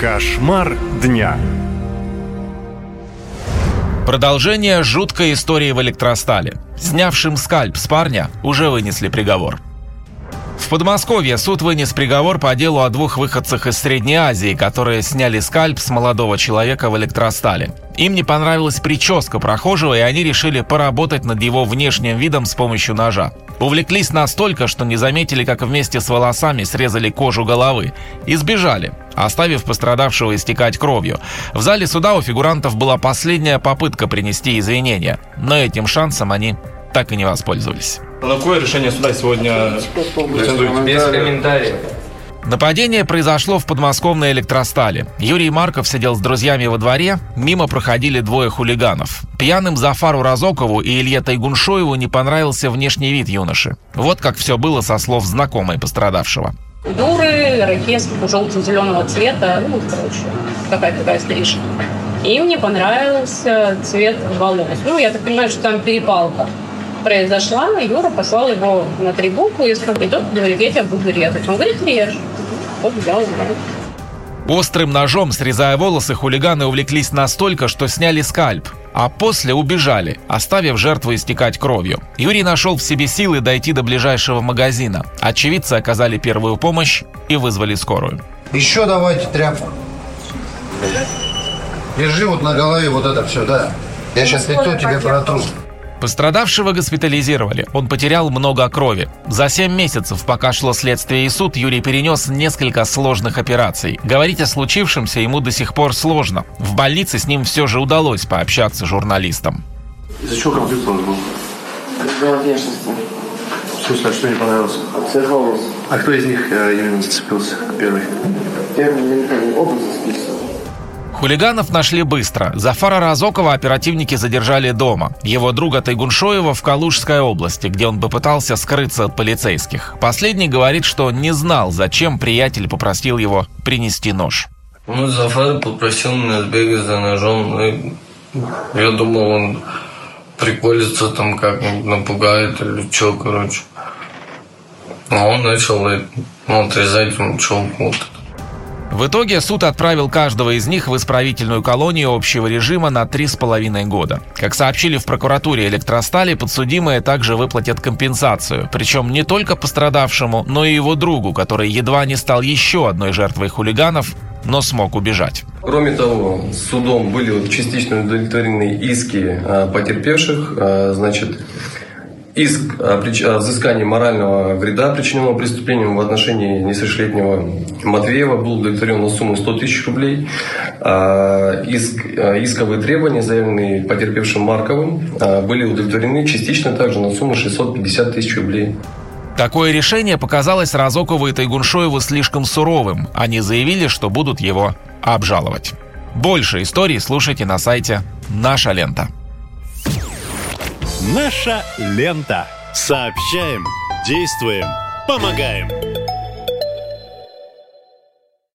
Кошмар дня. Продолжение жуткой истории в электростале. Снявшим скальп с парня уже вынесли приговор. В Подмосковье суд вынес приговор по делу о двух выходцах из Средней Азии, которые сняли скальп с молодого человека в электростале. Им не понравилась прическа прохожего, и они решили поработать над его внешним видом с помощью ножа. Увлеклись настолько, что не заметили, как вместе с волосами срезали кожу головы и сбежали, оставив пострадавшего истекать кровью. В зале суда у фигурантов была последняя попытка принести извинения, но этим шансом они так и не воспользовались. На какое решение суда сегодня претендуете? Без комментариев. Нападение произошло в подмосковной электростале. Юрий Марков сидел с друзьями во дворе, мимо проходили двое хулиганов. Пьяным Зафару Разокову и Илье Тайгуншоеву не понравился внешний вид юноши. Вот как все было со слов знакомой пострадавшего. Дуры, ирокез желто-зеленого цвета, какая-то стрижка. Им не понравился цвет волос. Я так понимаю, что там перепалка произошла, Юра послал его на 3 буквы и тот говорит: я тебя буду резать. Он говорит: режь. Вот взял его. Острым ножом, срезая волосы, хулиганы увлеклись настолько, что сняли скальп, а после убежали, оставив жертву истекать кровью. Юрий нашел в себе силы дойти до ближайшего магазина. Очевидцы оказали первую помощь и вызвали скорую. Еще давайте тряпку. Держи вот на голове вот это все, да. Я сейчас лицо тебе протру. Пострадавшего госпитализировали. Он потерял много крови. За 7 месяцев, пока шло следствие и суд, Юрий перенес несколько сложных операций. Говорить о случившемся ему до сих пор сложно. В больнице с ним все же удалось пообщаться с журналистом. Из-за чего конфликт у вас был? Из-за внешности. В смысле, а что не понравилось? Цвет волос. А кто из них именно зацепился первый? Первый оба зацепился. Хулиганов нашли быстро. Зафара Разокова оперативники задержали дома. Его друга Тайгуншоева в Калужской области, где он попытался скрыться от полицейских. Последний говорит, что не знал, зачем приятель попросил его принести нож. Зафар попросил меня сбегать за ножом. Я думал, он приколится там, как-нибудь напугает или что, короче. А он начал отрезать челку. В итоге суд отправил каждого из них в исправительную колонию общего режима на 3,5 года. Как сообщили в прокуратуре электростали, подсудимые также выплатят компенсацию. Причем не только пострадавшему, но и его другу, который едва не стал еще одной жертвой хулиганов, но смог убежать. Кроме того, судом были частично удовлетворены иски потерпевших. Иск о взыскании морального вреда, причиненного преступлением в отношении несовершеннолетнего Матвеева, был удовлетворен на сумму 100 тысяч рублей. Исковые требования, заявленные потерпевшим Марковым, были удовлетворены частично также на сумму 650 тысяч рублей. Такое решение показалось Разокову и Тайгуншоеву слишком суровым. Они заявили, что будут его обжаловать. Больше историй слушайте на сайте «Наша лента». Наша лента. Сообщаем, действуем, помогаем.